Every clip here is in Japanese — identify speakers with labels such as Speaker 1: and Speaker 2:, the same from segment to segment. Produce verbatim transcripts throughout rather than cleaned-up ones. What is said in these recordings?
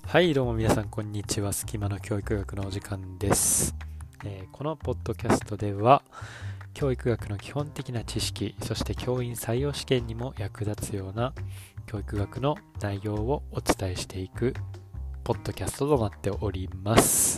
Speaker 1: はいどうも皆さんこんにちは。隙間の教育学のお時間です、えーこのポッドキャストでは教育学の基本的な知識、そして教員採用試験にも役立つような教育学の内容をお伝えしていくポッドキャストとなっております。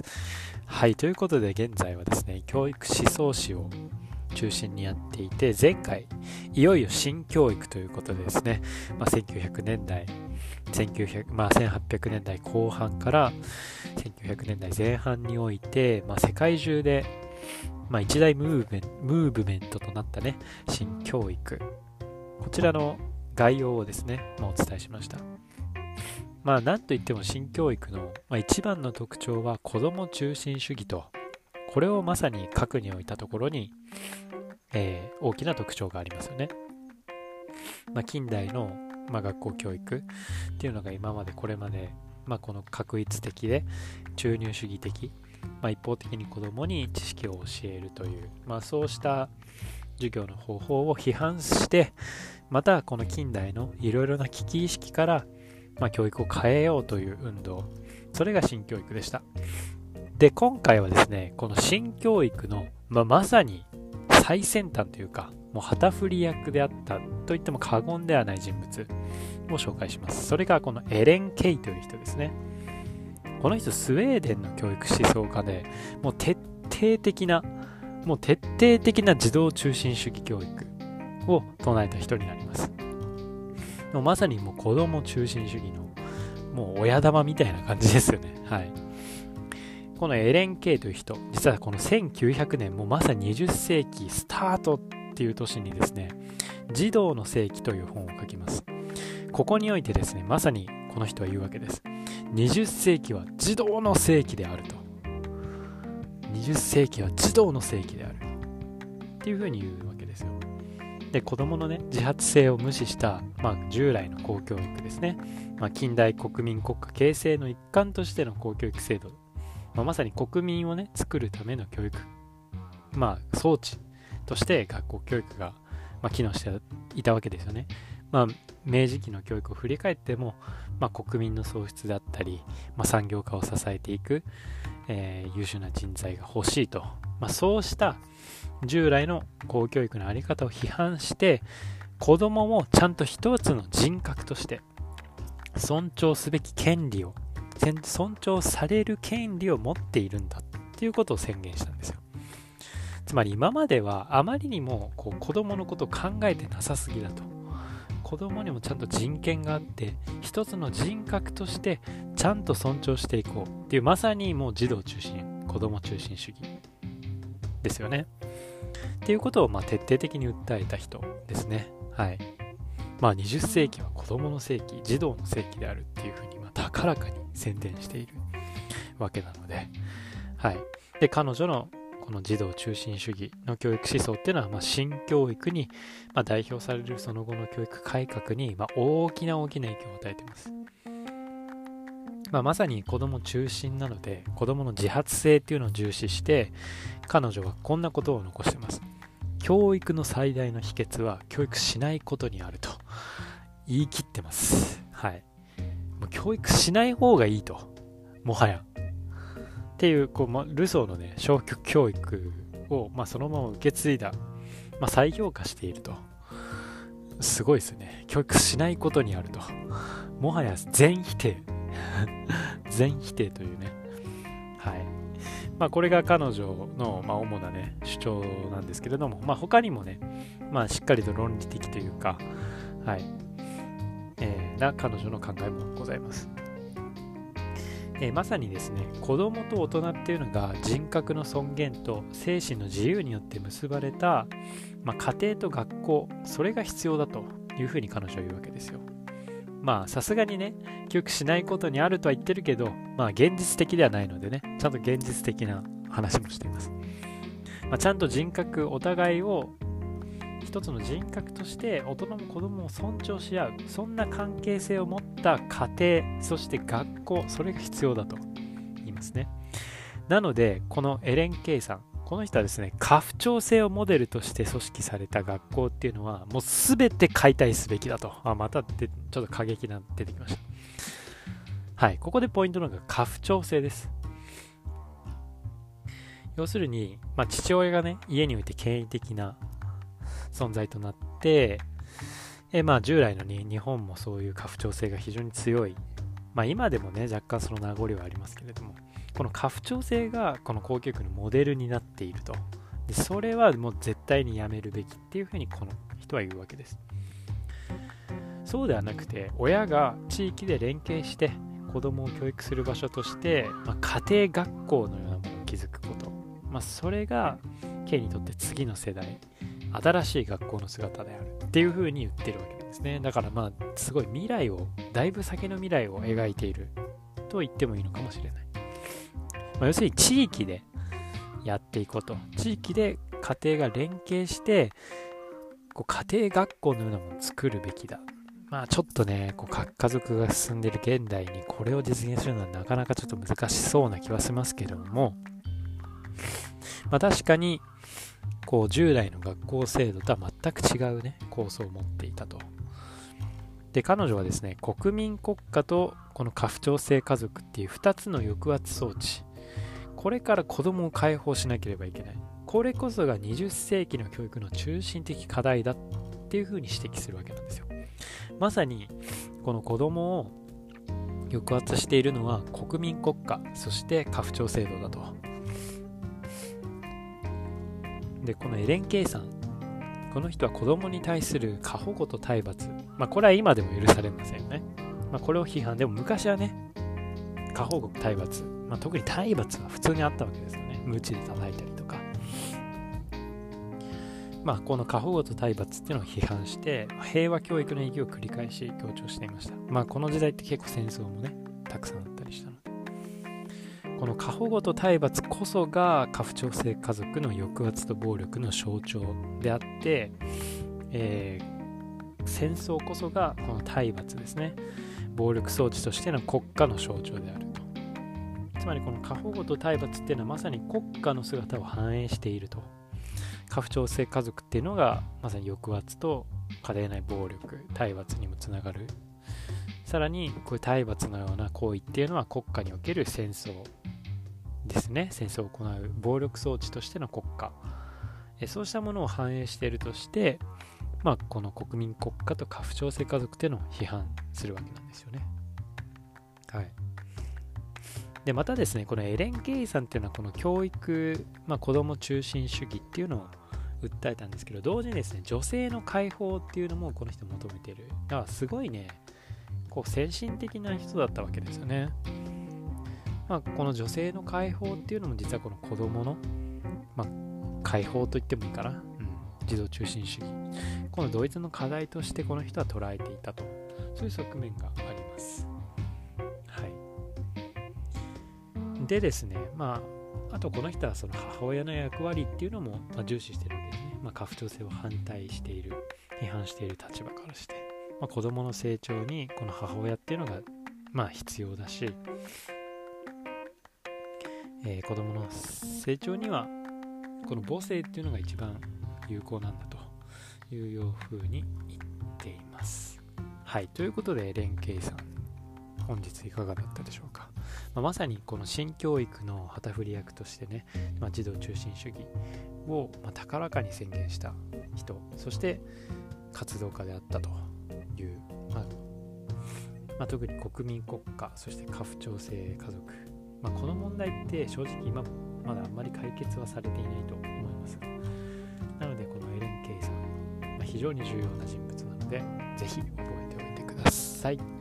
Speaker 1: はい、ということで現在はですね、教育思想史を中心にやっていて、前回いよいよ新教育ということでですね、まあ、せんきゅうひゃくねんだいせんきゅうひゃく、まあ、せんはっぴゃくねんだいこう半からせんきゅうひゃくねんだいぜん半において、まあ、世界中で、まあ、一大ムーブメント、ムーブメントとなったね新教育、こちらの概要をですね、まあ、お伝えしました。まあなんといっても新教育の、まあ、一番の特徴は子ども中心主義と、これをまさに核に置いたところに、えー大きな特徴がありますよね。まあ、近代の、まあ、学校教育っていうのが今までこれまで、まあ、この画一的で注入主義的、まあ、一方的に子どもに知識を教えるという、まあ、そうした授業の方法を批判して、またこの近代のいろいろな危機意識から、まあ、教育を変えようという運動、それが新教育でした。で今回はですね、この新教育の、まあ、まさに最先端というか、もう旗振り役であったと言っても過言ではない人物を紹介します。それがこのエレン・ケイという人ですね。この人スウェーデンの教育思想家で、もう徹底的なもう徹底的な児童中心主義教育を唱えた人になります。もうまさにもう子供中心主義のもう親玉みたいな感じですよね。はい。このエレン・ケイという人、実はこのせんきゅうひゃくねん、もうまさににじゅっ世紀スタートっていう年にですね、児童の世紀という本を書きます。ここにおいてですね、まさにこの人は言うわけです。にじゅっ世紀は児童の世紀であると。にじゅっ世紀は児童の世紀であるっていうふうに言うわけですよ。で、子供のね、自発性を無視した、まあ、従来の公教育ですね。まあ、近代国民国家形成の一環としての公教育制度。まあ、まさに国民をね作るための教育、まあ装置として学校教育が、まあ、機能していたわけですよね。まあ明治期の教育を振り返っても、まあ、国民の創出だったり、まあ、産業化を支えていく、えー優秀な人材が欲しいと、まあ、そうした従来の公教育の在り方を批判して、子どももちゃんと一つの人格として尊重すべき権利を尊重される権利を持っているんだっていうことを宣言したんですよ。つまり今まではあまりにもこう子供のことを考えてなさすぎだと。子供にもちゃんと人権があって、一つの人格としてちゃんと尊重していこうっていう、まさにもう児童中心、子供中心主義ですよね。っていうことをまあ徹底的に訴えた人ですね。はい。まあにじゅっ世紀は子供の世紀、児童の世紀であるっていうふうにまあ高らかに宣伝しているわけなので、はい。で、彼女のこの児童中心主義の教育思想っていうのは、まあ新教育にまあ代表されるその後の教育改革にまあ大きな大きな影響を与えています。まあ、まさに子供中心なので、子供の自発性っていうのを重視して、彼女はこんなことを残しています。教育の最大の秘訣は教育しないことにあると言い切ってます。はい。もう教育しない方がいいと、もはやっていう、こう、ま、ルソーのね消極教育を、まあ、そのまま受け継いだ、まあ、再評価していると。すごいですね。教育しないことにあると、もはや全否定全否定というね。はい。まあ、これが彼女の、まあ、主なね主張なんですけれども、まあ、他にもね、まあ、しっかりと論理的というか、はい、えー、な彼女の考えもございます。えーまさにですね、子供と大人っていうのが人格の尊厳と精神の自由によって結ばれた、まあ、家庭と学校、それが必要だというふうに彼女は言うわけですよ。まあさすがにね、教育しないことにあるとは言ってるけど、まあ現実的ではないのでね、ちゃんと現実的な話もしています。まあ、ちゃんと人格、お互いを一つの人格として大人も子供も尊重し合う、そんな関係性を持った家庭、そして学校、それが必要だと言いますね。なのでこのエレン・ケイさん、この人はですね、家父長制をモデルとして組織された学校っていうのはもう全て解体すべきだと。あ、またでちょっと過激な出てきました。 はい、ここでポイントなのが家父長制です。要するに、まあ、父親がね家において権威的な存在となって、えまあ、従来のに日本もそういう家父長制が非常に強い、まあ、今でもね若干その名残はありますけれども、この家父長制がこの公教育のモデルになっていると。でそれはもう絶対にやめるべきっていうふうにこの人は言うわけです。そうではなくて、親が地域で連携して子供を教育する場所として、まあ、家庭学校のようなものを築くこと、まあ、それが K にとって次の世代、新しい学校の姿であるっていう風に言ってるわけなんですね。だからまあすごい未来を、だいぶ先の未来を描いていると言ってもいいのかもしれない。まあ、要するに地域でやっていこうと、地域で家庭が連携してこう家庭学校のようなものを作るべきだ。まあちょっとね、こう核家族が進んでいる現代にこれを実現するのはなかなかちょっと難しそうな気はしますけれども、まあ確かにこう従来の学校制度とは全く違うね構想を持っていたと。で彼女はですね、国民国家とこの家父長制家族っていうふたつの抑圧装置、これから子供を解放しなければいけない、これこそがにじゅっ世紀の教育の中心的課題だっていうふうに指摘するわけなんですよ。まさにこの子供を抑圧しているのは国民国家、そして家父長制度だと。でこのエレン・ケイさん、この人は子供に対する過保護と体罰、まあこれは今でも許されませんよね。まあこれを批判、でも昔はね過保護体罰、まあ、特に体罰は普通にあったわけですよね。鞭で叩いたりとか、まあこの過保護と体罰っていうのを批判して平和教育の意義を繰り返し強調していました。まあこの時代って結構戦争もねたくさんあったりしたので、この過保護と体罰こそが家父長制家族の抑圧と暴力の象徴であって、えー、戦争こそがこの体罰ですね、暴力装置としての国家の象徴であると。つまりこの過保護と体罰っていうのはまさに国家の姿を反映していると。家父長制家族っていうのがまさに抑圧と家庭内暴力、体罰にもつながる。さらにこういう体罰のような行為っていうのは国家における戦争ですね、戦争を行う暴力装置としての国家、えそうしたものを反映しているとして、まあ、この国民国家と家父長制家族っていうのを批判するわけなんですよね。はい。でまたですね、このエレン・ケイさんっていうのはこの教育、まあ、子ども中心主義っていうのを訴えたんですけど、同時にですね女性の解放っていうのもこの人求めている。だからすごいねこう先進的な人だったわけですよね。まあ、この女性の解放っていうのも実はこの子どもの、まあ、解放と言ってもいいかな、うん、児童中心主義、このドイツの課題としてこの人は捉えていたと、そういう側面があります。はい。でですね、まああとこの人はその母親の役割っていうのもまあ重視しているわけですね。まあ、家父長制を反対している、批判している立場からして、まあ、子どもの成長にこの母親っていうのがまあ必要だし、えー、子どもの成長にはこの母性っていうのが一番有効なんだというふうに言っています。はい、ということでエレン・ケイさん、本日いかがだったでしょうか。まあ、まさにこの新教育の旗振り役としてね、まあ、児童中心主義をまあ高らかに宣言した人、そして活動家であったという、まあまあ、特に国民国家、そして家父長制家族、まあ、この問題って正直今まだあんまり解決はされていないと思います。なのでこのエレン・ケイさん、まあ、非常に重要な人物なのでぜひ覚えておいてください。